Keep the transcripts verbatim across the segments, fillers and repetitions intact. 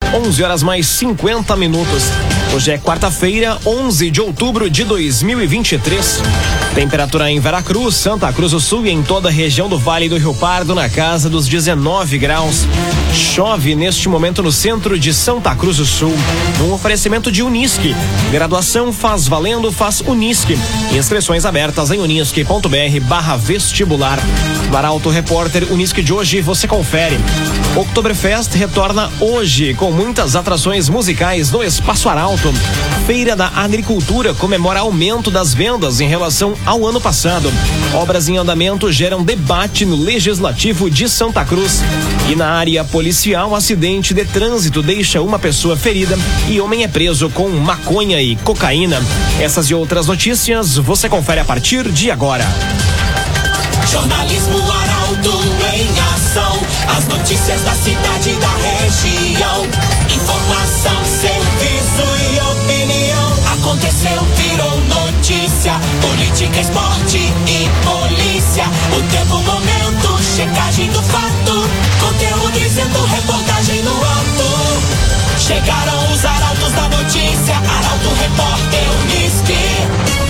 onze horas mais cinquenta minutos. Hoje é quarta-feira, onze de outubro de dois mil e vinte e três. Temperatura em Veracruz, Santa Cruz do Sul e em toda a região do Vale do Rio Pardo na casa dos dezenove graus. Chove neste momento no centro de Santa Cruz do Sul. Um oferecimento de Unisque. Graduação faz valendo, faz Unisque. Inscrições abertas em unisque.br barra vestibular. No Arauto Repórter Unisque de hoje você confere. Oktoberfest retorna hoje com muitas atrações musicais no Espaço Arauto. Feira da Agricultura comemora aumento das vendas em relação ao ano passado. Obras em andamento geram debate no Legislativo de Santa Cruz. E na área policial, acidente de trânsito deixa uma pessoa ferida e homem é preso com maconha e cocaína. Essas e outras notícias você confere a partir de agora. Jornalismo Arauto em ação. As notícias da cidade e da região. Informação, serviço e opinião. Aconteceu, virou notícia. Política, esporte e polícia. O tempo, momento, checagem do fato. Conteúdo dizendo, reportagem no ato. Chegaram os arautos da notícia. Arauto Repórter Unisque.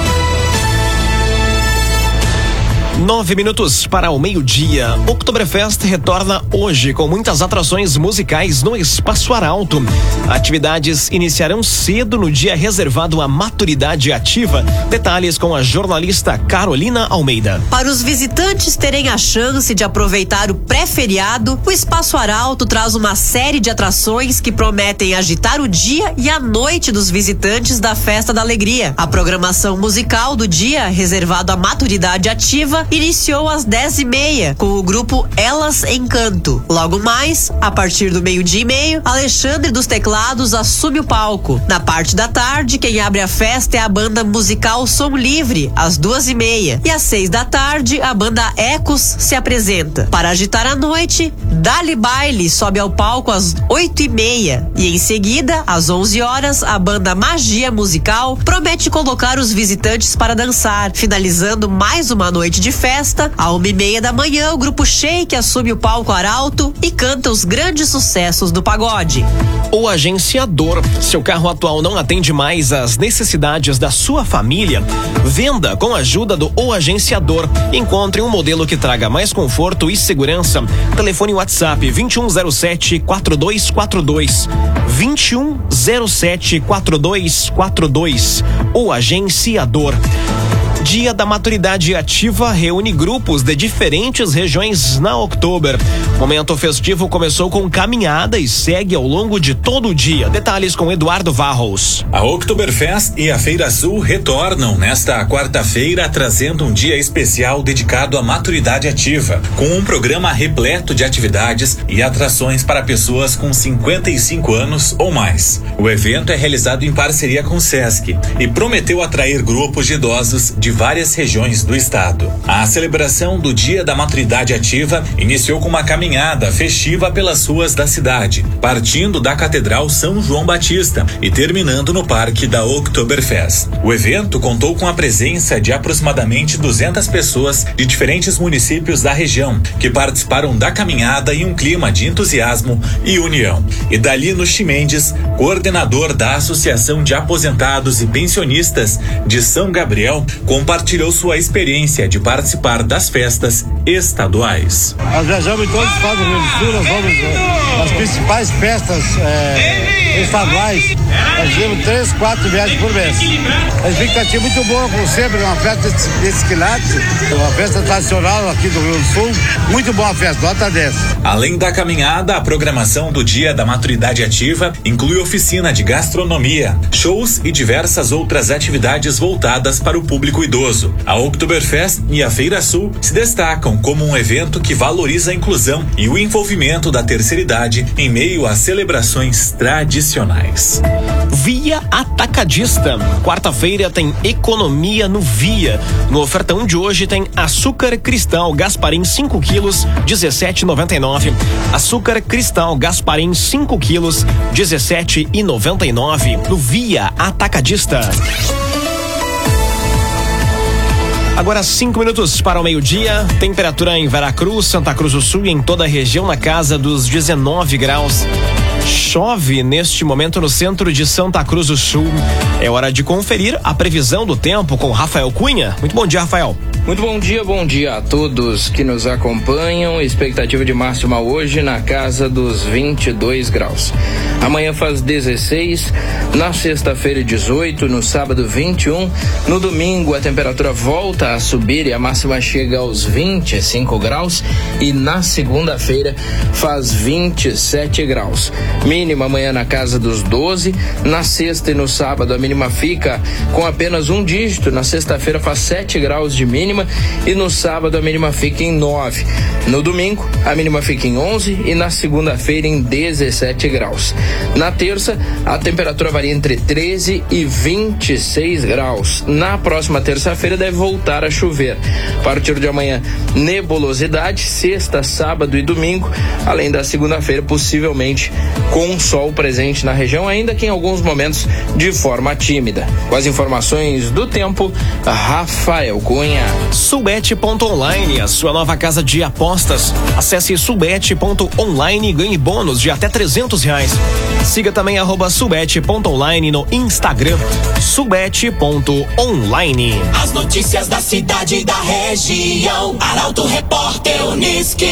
Nove minutos para o meio-dia. Oktoberfest retorna hoje com muitas atrações musicais no Espaço Arauto. Atividades iniciarão cedo no dia reservado à maturidade ativa. Detalhes com a jornalista Carolina Almeida. Para os visitantes terem a chance de aproveitar o pré-feriado, o Espaço Arauto traz uma série de atrações que prometem agitar o dia e a noite dos visitantes da Festa da Alegria. A programação musical do dia, reservado à maturidade ativa, iniciou às dez e meia com o grupo Elas Encanto. Logo mais, a partir do meio-dia e meio, Alexandre dos Teclados assume o palco. Na parte da tarde, quem abre a festa é a banda musical Som Livre, às duas e meia. E às seis da tarde, a banda Ecos se apresenta. Para agitar a noite, Dali Baile sobe ao palco às oito e meia. E em seguida, às onze horas, a banda Magia Musical promete colocar os visitantes para dançar, finalizando mais uma noite de festa. À uma e meia da manhã, o grupo Shake assume o palco Arauto e canta os grandes sucessos do pagode. O agenciador. Seu carro atual não atende mais às necessidades da sua família? Venda com a ajuda do O Agenciador. Encontre um modelo que traga mais conforto e segurança. Telefone WhatsApp vinte e um zero sete, quatro dois quatro dois. vinte e um zero sete, quatro dois quatro dois. O Agenciador. Dia da Maturidade Ativa reúne grupos de diferentes regiões na Oktober. O momento festivo começou com caminhada e segue ao longo de todo o dia. Detalhes com Eduardo Varros. A Oktoberfest e a Feira Sul retornam nesta quarta-feira, trazendo um dia especial dedicado à maturidade ativa, com um programa repleto de atividades e atrações para pessoas com cinquenta e cinco anos ou mais. O evento é realizado em parceria com o Sesc e prometeu atrair grupos de idosos de várias regiões do estado. A celebração do Dia da Maturidade Ativa iniciou com uma caminhada festiva pelas ruas da cidade, partindo da Catedral São João Batista e terminando no Parque da Oktoberfest. O evento contou com a presença de aproximadamente duzentas pessoas de diferentes municípios da região, que participaram da caminhada em um clima de entusiasmo e união. E Dalino Chimendes, coordenador da Associação de Aposentados e Pensionistas de São Gabriel, compartilhou sua experiência de participar das festas estaduais. Nós viajamos em todo o estado do Rio Grande do Sul, nós vamos nas principais festas é, estaduais. Nós fizemos três, quatro viagens por mês. A expectativa é muito boa, como sempre, uma festa desse quilate, uma festa tradicional aqui do Rio Grande do Sul. Muito boa a festa, nota dez. Além da caminhada, a programação do Dia da Maturidade Ativa inclui oficina de gastronomia, shows e diversas outras atividades voltadas para o público idoso. A Oktoberfest e a Feira Sul se destacam como um evento que valoriza a inclusão e o envolvimento da terceira idade em meio às celebrações tradicionais. Via Atacadista. Quarta-feira tem economia no Via. No ofertão de hoje tem açúcar cristal Gasparim cinco quilos, dezessete e noventa e nove. Açúcar cristal Gasparim cinco quilos, dezessete e noventa e nove. No Via Atacadista. Agora cinco minutos para o meio-dia. Temperatura em Veracruz, Santa Cruz do Sul e em toda a região na casa dos dezenove graus. chove neste momento no centro de Santa Cruz do Sul. É hora de conferir a previsão do tempo com Rafael Cunha. Muito bom dia, Rafael. Muito bom dia, bom dia a todos que nos acompanham. Expectativa de máxima hoje na casa dos vinte e dois graus. Amanhã faz dezesseis, na sexta-feira dezoito, no sábado vinte e um, no domingo a temperatura volta a subir e a máxima chega aos vinte e cinco graus e na segunda-feira faz vinte e sete graus. Mínima amanhã na casa dos doze, na sexta e no sábado a mínima fica com apenas um dígito, na sexta-feira faz sete graus de mínima e no sábado a mínima fica em nove. No domingo a mínima fica em onze e na segunda-feira em dezessete graus. Na terça a temperatura varia entre treze e vinte e seis graus. Na próxima terça-feira deve voltar a chover. A partir de amanhã, nebulosidade, sexta, sábado e domingo, além da segunda-feira possivelmente com sol presente na região, ainda que em alguns momentos de forma tímida. Com as informações do tempo, Rafael Cunha. Sulbet ponto online, a sua nova casa de apostas. Acesse sulbet ponto online e ganhe bônus de até trezentos reais. Siga também arroba sulbet ponto online no Instagram. sulbet ponto online. As notícias da cidade e da região. Arauto Repórter Unisque.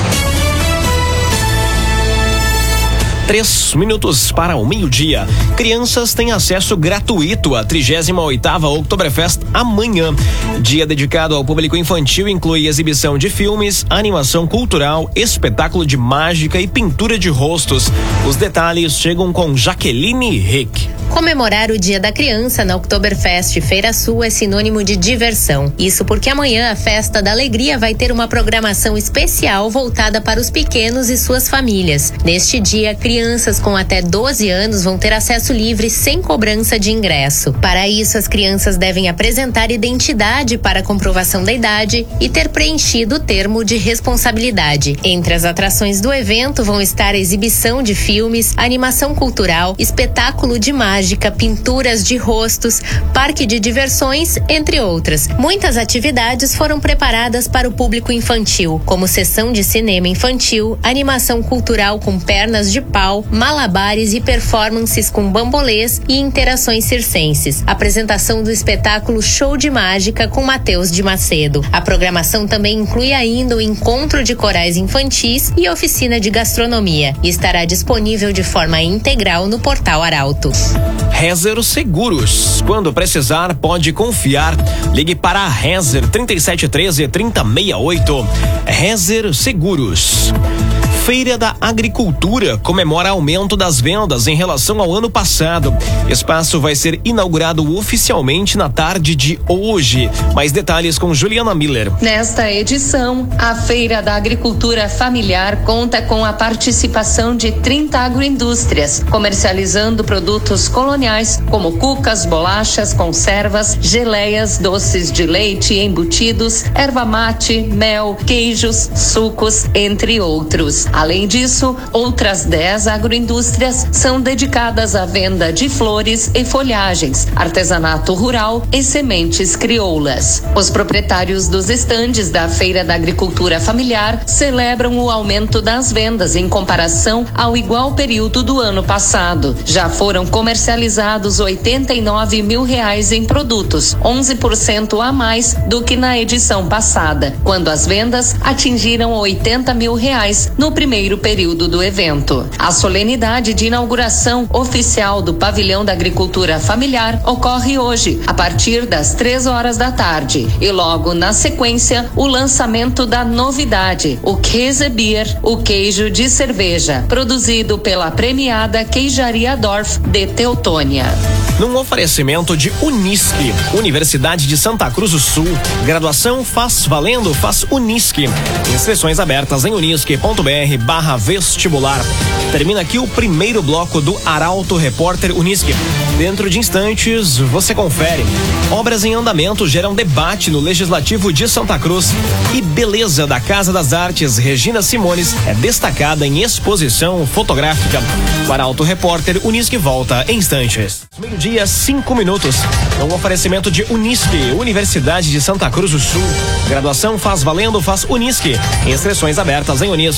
Três minutos para o meio-dia. Crianças têm acesso gratuito à trigésima oitava Oktoberfest amanhã. Dia dedicado ao público infantil inclui exibição de filmes, animação cultural, espetáculo de mágica e pintura de rostos. Os detalhes chegam com Jaqueline Rick. Comemorar o Dia da Criança na Oktoberfest Feira Sul é sinônimo de diversão. Isso porque amanhã a Festa da Alegria vai ter uma programação especial voltada para os pequenos e suas famílias. Neste dia, crianças com até doze anos vão ter acesso livre sem cobrança de ingresso. Para isso, as crianças devem apresentar identidade para comprovação da idade e ter preenchido o termo de responsabilidade. Entre as atrações do evento vão estar a exibição de filmes, animação cultural, espetáculo de mágica, pinturas de rostos, parque de diversões, entre outras. Muitas atividades foram preparadas para o público infantil, como sessão de cinema infantil, animação cultural com pernas de pau, malabares e performances com bambolês e interações circenses. Apresentação do espetáculo Show de Mágica com Matheus de Macedo. A programação também inclui ainda o encontro de corais infantis e oficina de gastronomia e estará disponível de forma integral no portal Arauto. Rezer Seguros. Quando precisar, pode confiar. Ligue para a Rezer trinta e sete treze, trinta sessenta e oito. Rezer Seguros. Feira da Agricultura comemora aumento das vendas em relação ao ano passado. Espaço vai ser inaugurado oficialmente na tarde de hoje. Mais detalhes com Juliana Miller. Nesta edição, a Feira da Agricultura Familiar conta com a participação de trinta agroindústrias, comercializando produtos coloniais como cucas, bolachas, conservas, geleias, doces de leite, embutidos, erva mate, mel, queijos, sucos, entre outros. Além disso, outras dez agroindústrias são dedicadas à venda de flores e folhagens, artesanato rural e sementes crioulas. Os proprietários dos estandes da Feira da Agricultura Familiar celebram o aumento das vendas em comparação ao igual período do ano passado. Já foram comercializados oitenta e nove mil reais em produtos, onze por cento a mais do que na edição passada, quando as vendas atingiram oitenta mil reais no primeiro período do evento. A solenidade de inauguração oficial do Pavilhão da Agricultura Familiar ocorre hoje, a partir das três horas da tarde, e logo na sequência, o lançamento da novidade, o Käsebier, o queijo de cerveja, produzido pela premiada Queijaria Dorf de Teutônia. Num oferecimento de Unisque, Universidade de Santa Cruz do Sul. Graduação faz valendo, faz Unisque. Inscrições abertas em unisque ponto br barra vestibular. Termina aqui o primeiro bloco do Arauto Repórter Unisque. Dentro de instantes, você confere. Obras em andamento geram debate no Legislativo de Santa Cruz. E beleza da Casa das Artes Regina Simones é destacada em exposição fotográfica. O Arauto Repórter Unisque volta em instantes. Meio-dia, cinco minutos. Um oferecimento de Unisque, Universidade de Santa Cruz do Sul. Graduação faz valendo, faz Unisque. Inscrições abertas em unisque ponto br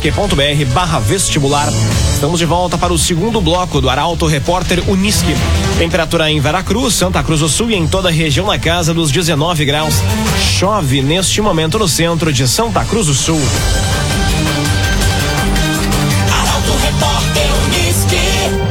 br barra vestibular. Estamos de volta para o segundo bloco do Arauto Repórter Unisque. Temperatura em Veracruz, Santa Cruz do Sul e em toda a região na casa dos dezenove graus. Chove neste momento no centro de Santa Cruz do Sul. Arauto Repórter Unisque.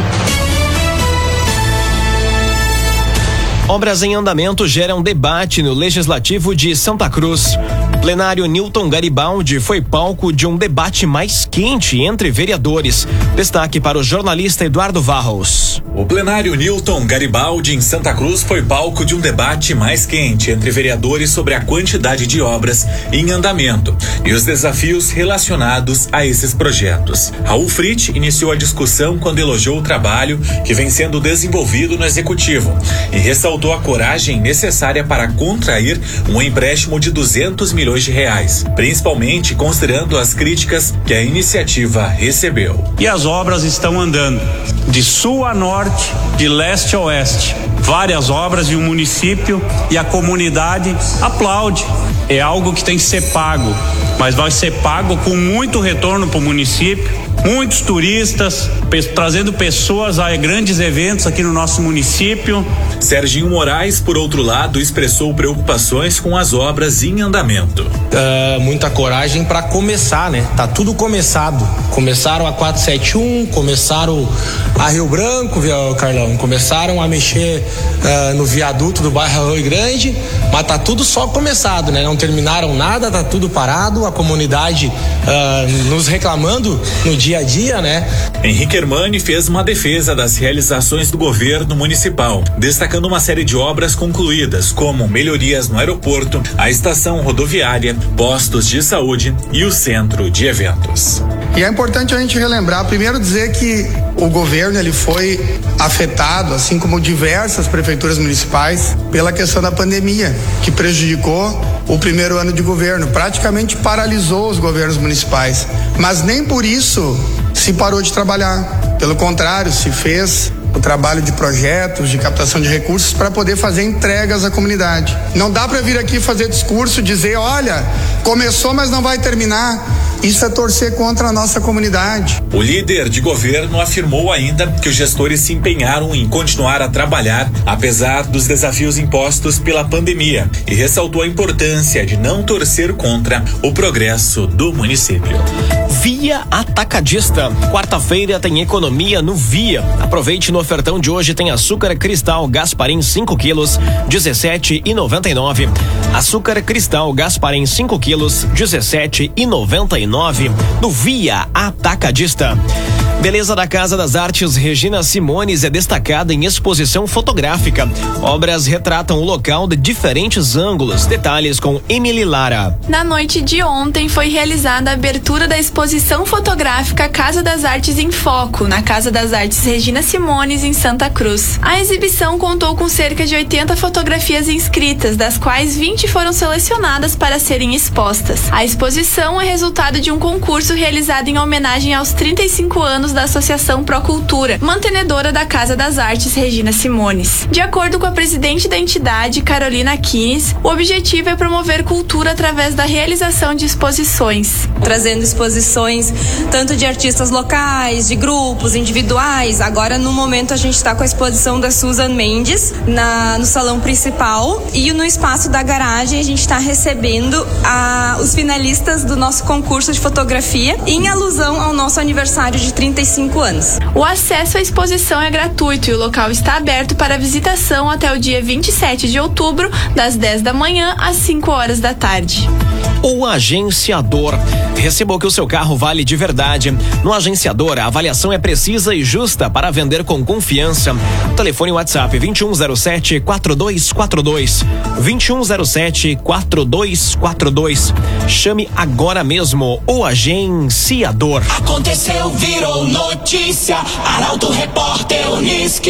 Obras em andamento geram debate no Legislativo de Santa Cruz. Plenário Newton Garibaldi foi palco de um debate mais quente entre vereadores. Destaque para o jornalista Eduardo Varros. O plenário Newton Garibaldi em Santa Cruz foi palco de um debate mais quente entre vereadores sobre a quantidade de obras em andamento e os desafios relacionados a esses projetos. Raul Fritz iniciou a discussão quando elogiou o trabalho que vem sendo desenvolvido no Executivo e ressaltou a coragem necessária para contrair um empréstimo de duzentos milhões de reais, principalmente considerando as críticas que a iniciativa recebeu. E as obras estão andando de sul a norte, de leste a oeste. Várias obras e o município e a comunidade aplaude. É algo que tem que ser pago, mas vai ser pago com muito retorno para o município. Muitos turistas, pe- trazendo pessoas a grandes eventos aqui no nosso município. Serginho Moraes, por outro lado, expressou preocupações com as obras em andamento. Uh, muita coragem para começar, né? Tá tudo começado. Começaram a quatrocentos e setenta e um, começaram a Rio Branco, viu, Carlão? Começaram a mexer uh, no viaduto do bairro Arroio Grande, mas tá tudo só começado, né? Não terminaram nada, tá tudo parado, a comunidade uh, nos reclamando no dia a dia, né? Henrique Hermani fez uma defesa das realizações do governo municipal, destacando uma série de obras concluídas, como melhorias no aeroporto, a estação rodoviária, postos de saúde e o centro de eventos. E é importante a gente relembrar, primeiro dizer que o governo ele foi afetado, assim como diversas prefeituras municipais, pela questão da pandemia, que prejudicou o primeiro ano de governo, praticamente paralisou os governos municipais. Mas nem por isso se parou de trabalhar. Pelo contrário, se fez o trabalho de projetos, de captação de recursos para poder fazer entregas à comunidade. Não dá para vir aqui fazer discurso, dizer, olha, começou, mas não vai terminar. Isso é torcer contra a nossa comunidade. O líder de governo afirmou ainda que os gestores se empenharam em continuar a trabalhar, apesar dos desafios impostos pela pandemia, e ressaltou a importância de não torcer contra o progresso do município. Via Atacadista. Quarta-feira tem economia no Via. Aproveite no ofertão de hoje, tem açúcar cristal Gasparim cinco quilos, dezessete e noventa e nove. Açúcar cristal Gasparim cinco quilos, dezessete e noventa e nove. No Via Atacadista. Beleza da Casa das Artes Regina Simones é destacada em exposição fotográfica. Obras retratam o local de diferentes ângulos. Detalhes com Emily Lara. Na noite de ontem foi realizada a abertura da exposição fotográfica Casa das Artes em Foco, na Casa das Artes Regina Simones, em Santa Cruz. A exibição contou com cerca de oitenta fotografias inscritas, das quais vinte foram selecionadas para serem expostas. A exposição é resultado de um concurso realizado em homenagem aos trinta e cinco anos da Associação Procultura, mantenedora da Casa das Artes Regina Simones. De acordo com a presidente da entidade, Carolina Kines, o objetivo é promover cultura através da realização de exposições. Trazendo exposições tanto de artistas locais, de grupos, individuais. Agora, no momento, a gente está com a exposição da Susan Mendes na, no salão principal, e no espaço da garagem a gente está recebendo a, os finalistas do nosso concurso de fotografia em alusão ao nosso aniversário de trinta e cinco anos. O acesso à exposição é gratuito e o local está aberto para visitação até o dia vinte e sete de outubro, das dez da manhã às cinco horas da tarde. O Agenciador. Receba o que o seu carro vale de verdade. No Agenciador, a avaliação é precisa e justa para vender com confiança. Telefone WhatsApp vinte e um zero sete, quatro dois quatro dois. vinte e um zero sete, quatro dois quatro dois. Chame agora mesmo o Agenciador. Aconteceu, virou notícia. Arauto Repórter Unisque.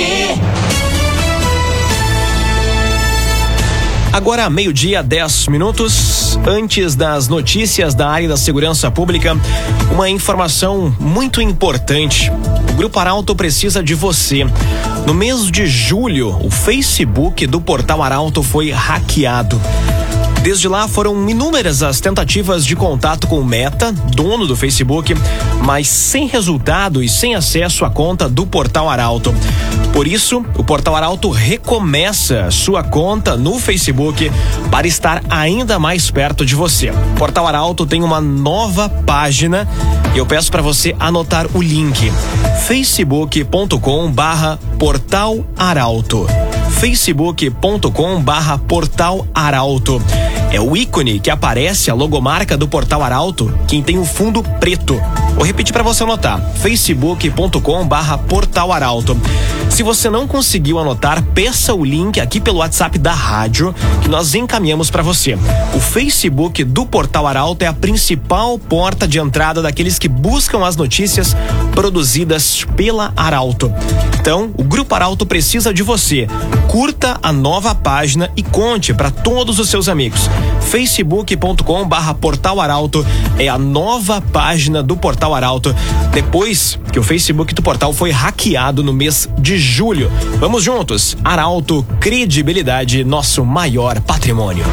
Agora, meio-dia, dez minutos. Antes das notícias da área da segurança pública, uma informação muito importante. O Grupo Arauto precisa de você. No mês de julho, o Facebook do Portal Arauto foi hackeado. Desde lá foram inúmeras as tentativas de contato com o Meta, dono do Facebook, mas sem resultado e sem acesso à conta do Portal Arauto. Por isso, o Portal Arauto recomeça sua conta no Facebook para estar ainda mais perto de você. O Portal Arauto tem uma nova página e eu peço para você anotar o link: facebook ponto com barra Portal Arauto. facebook ponto com barra Portal Arauto. É o ícone que aparece, a logomarca do Portal Arauto, quem tem o fundo preto. Vou repetir para você anotar: facebook ponto com barra Portal Arauto. Se você não conseguiu anotar, peça o link aqui pelo WhatsApp da rádio que nós encaminhamos para você. O Facebook do Portal Arauto é a principal porta de entrada daqueles que buscam as notícias produzidas pela Arauto. Então, o Grupo Arauto precisa de você. Curta a nova página e conte para todos os seus amigos. facebook ponto com barra Portal Arauto é a nova página do Portal Arauto, depois que o Facebook do portal foi hackeado no mês de julho. Vamos juntos. Arauto, credibilidade, nosso maior patrimônio.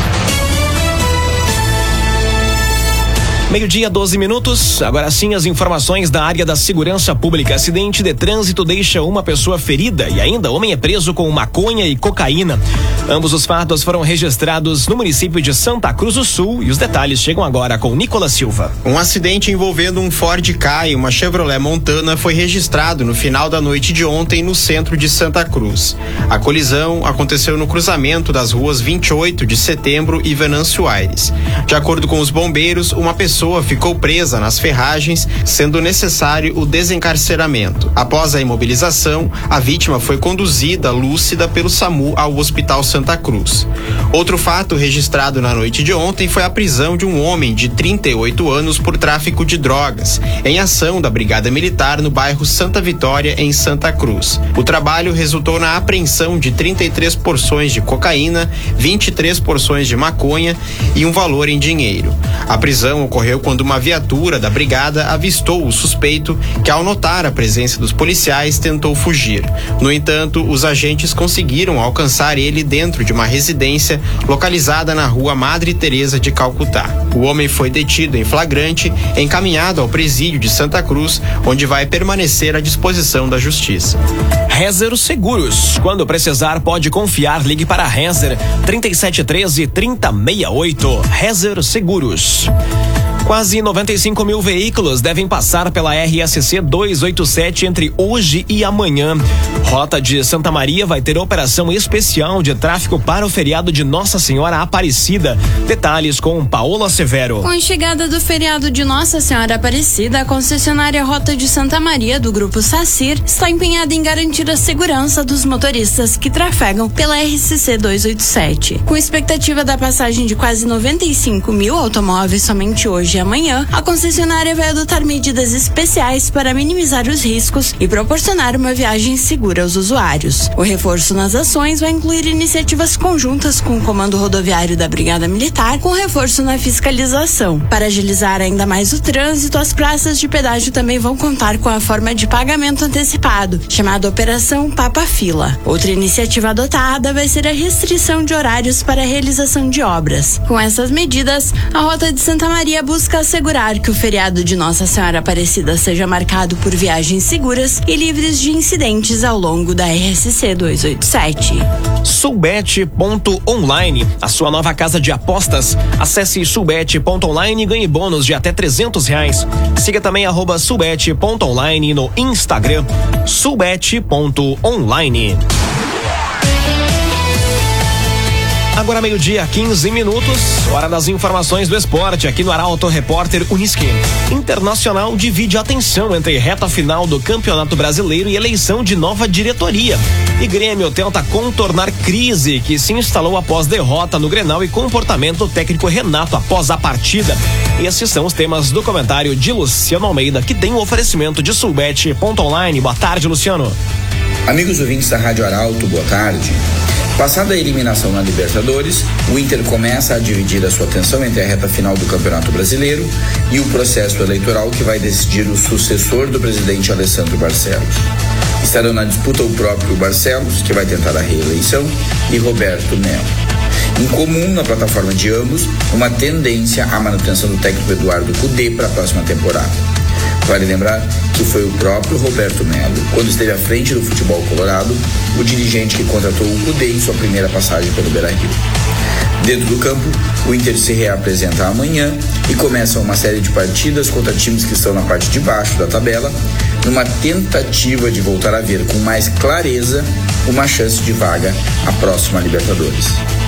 Meio-dia, doze minutos. Agora sim, as informações da área da segurança pública. Acidente de trânsito deixa uma pessoa ferida e ainda homem é preso com maconha e cocaína. Ambos os fatos foram registrados no município de Santa Cruz do Sul e os detalhes chegam agora com Nicolas Silva. Um acidente envolvendo um Ford Ka e uma Chevrolet Montana foi registrado no final da noite de ontem no centro de Santa Cruz. A colisão aconteceu no cruzamento das ruas vinte e oito de setembro e Venâncio Aires. De acordo com os bombeiros, uma pessoa ficou presa nas ferragens, sendo necessário o desencarceramento. Após a imobilização, a vítima foi conduzida lúcida pelo SAMU ao Hospital Santa Cruz. Outro fato registrado na noite de ontem foi a prisão de um homem de trinta e oito anos por tráfico de drogas, em ação da Brigada Militar no bairro Santa Vitória, em Santa Cruz. O trabalho resultou na apreensão de trinta e três porções de cocaína, vinte e três porções de maconha e um valor em dinheiro. A prisão ocorreu quando uma viatura da brigada avistou o suspeito, que ao notar a presença dos policiais tentou fugir. No entanto, os agentes conseguiram alcançar ele dentro de uma residência localizada na rua Madre Teresa de Calcutá. O homem foi detido em flagrante, encaminhado ao presídio de Santa Cruz, onde vai permanecer à disposição da justiça. Rezer Seguros. Quando precisar, pode confiar. Ligue para a Rezer trinta e sete treze, trinta sessenta e oito. Rezer Seguros. Quase noventa e cinco mil veículos devem passar pela R S C duzentos e oitenta e sete entre hoje e amanhã. Rota de Santa Maria vai ter operação especial de tráfego para o feriado de Nossa Senhora Aparecida. Detalhes com Paola Severo. Com a chegada do feriado de Nossa Senhora Aparecida, a concessionária Rota de Santa Maria do Grupo Sacir está empenhada em garantir a segurança dos motoristas que trafegam pela R S C duzentos e oitenta e sete. Com expectativa da passagem de quase noventa e cinco mil automóveis somente hoje e amanhã, a concessionária vai adotar medidas especiais para minimizar os riscos e proporcionar uma viagem segura aos usuários. O reforço nas ações vai incluir iniciativas conjuntas com o Comando Rodoviário da Brigada Militar, com reforço na fiscalização. Para agilizar ainda mais o trânsito, as praças de pedágio também vão contar com a forma de pagamento antecipado, chamada Operação Papa Fila. Outra iniciativa adotada vai ser a restrição de horários para a realização de obras. Com essas medidas, a Rota de Santa Maria busca assegurar que o feriado de Nossa Senhora Aparecida seja marcado por viagens seguras e livres de incidentes ao longo da R S C duzentos e oitenta e sete. Sulbet ponto online, a sua nova casa de apostas. Acesse sulbet ponto online e ganhe bônus de até trezentos reais. Siga também arroba sulbet ponto online no Instagram. sulbet ponto online. Agora meio-dia, quinze minutos, hora das informações do esporte aqui no Arauto Repórter Unisque. Internacional divide a atenção entre reta final do Campeonato Brasileiro e eleição de nova diretoria. E Grêmio tenta contornar crise que se instalou após derrota no Grenal e comportamento técnico Renato após a partida. Esses são os temas do comentário de Luciano Almeida, que tem um oferecimento de sulbet ponto online. Boa tarde, Luciano. Amigos ouvintes da Rádio Arauto, boa tarde. Passada a eliminação na Libertadores, o Inter começa a dividir a sua atenção entre a reta final do Campeonato Brasileiro e o processo eleitoral que vai decidir o sucessor do presidente Alessandro Barcelos. Estarão na disputa o próprio Barcelos, que vai tentar a reeleição, e Roberto Melo. Em comum na plataforma de ambos, uma tendência à manutenção do técnico Eduardo Cudê para a próxima temporada. Vale lembrar que foi o próprio Roberto Melo, quando esteve à frente do futebol colorado, o dirigente que contratou o Cudê em sua primeira passagem pelo Beira-Rio. Dentro do campo, o Inter se reapresenta amanhã e começa uma série de partidas contra times que estão na parte de baixo da tabela, numa tentativa de voltar a ver com mais clareza uma chance de vaga à próxima Libertadores.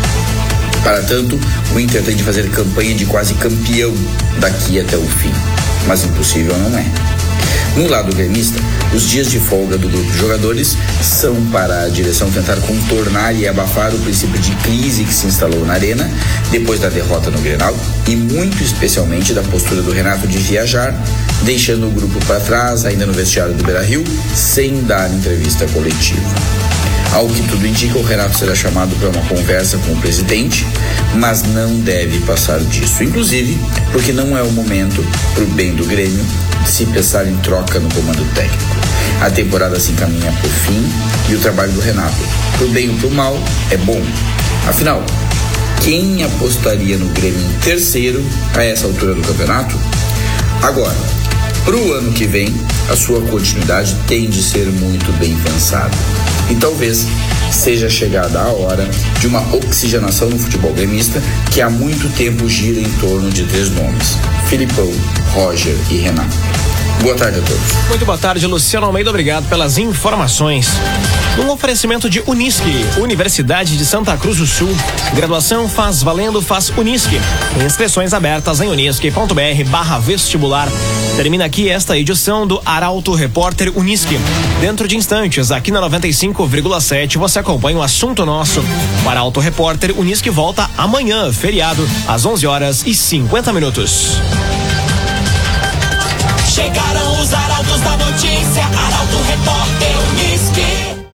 Para tanto, o Inter tem de fazer campanha de quase campeão daqui até o fim, mas impossível não é. No lado gremista, os dias de folga do grupo de jogadores são para a direção tentar contornar e abafar o princípio de crise que se instalou na arena depois da derrota no Grenal e muito especialmente da postura do Renato de viajar, deixando o grupo para trás ainda no vestiário do Beira-Rio sem dar entrevista coletiva. Ao que tudo indica, o Renato será chamado para uma conversa com o presidente, mas não deve passar disso. Inclusive, porque não é o momento, para o bem do Grêmio, de se pensar em troca no comando técnico. A temporada se encaminha por fim e o trabalho do Renato, pro bem ou pro mal, é bom. Afinal, quem apostaria no Grêmio em terceiro a essa altura do campeonato? Agora, pro ano que vem, a sua continuidade tem de ser muito bem pensada. E talvez seja chegada a hora de uma oxigenação no futebol gremista que há muito tempo gira em torno de três nomes: Filipão, Roger e Renato. Boa tarde a todos. Muito boa tarde, Luciano Almeida. Obrigado pelas informações. Um oferecimento de Unisque, Universidade de Santa Cruz do Sul. Graduação faz valendo, faz Unisque. Inscrições abertas em unisque.br barra vestibular. Termina aqui esta edição do Arauto Repórter Unisque. Dentro de instantes, aqui na noventa e cinco vírgula sete, você acompanha o assunto nosso. O Arauto Repórter Unisque volta amanhã, feriado, às onze horas e cinquenta minutos.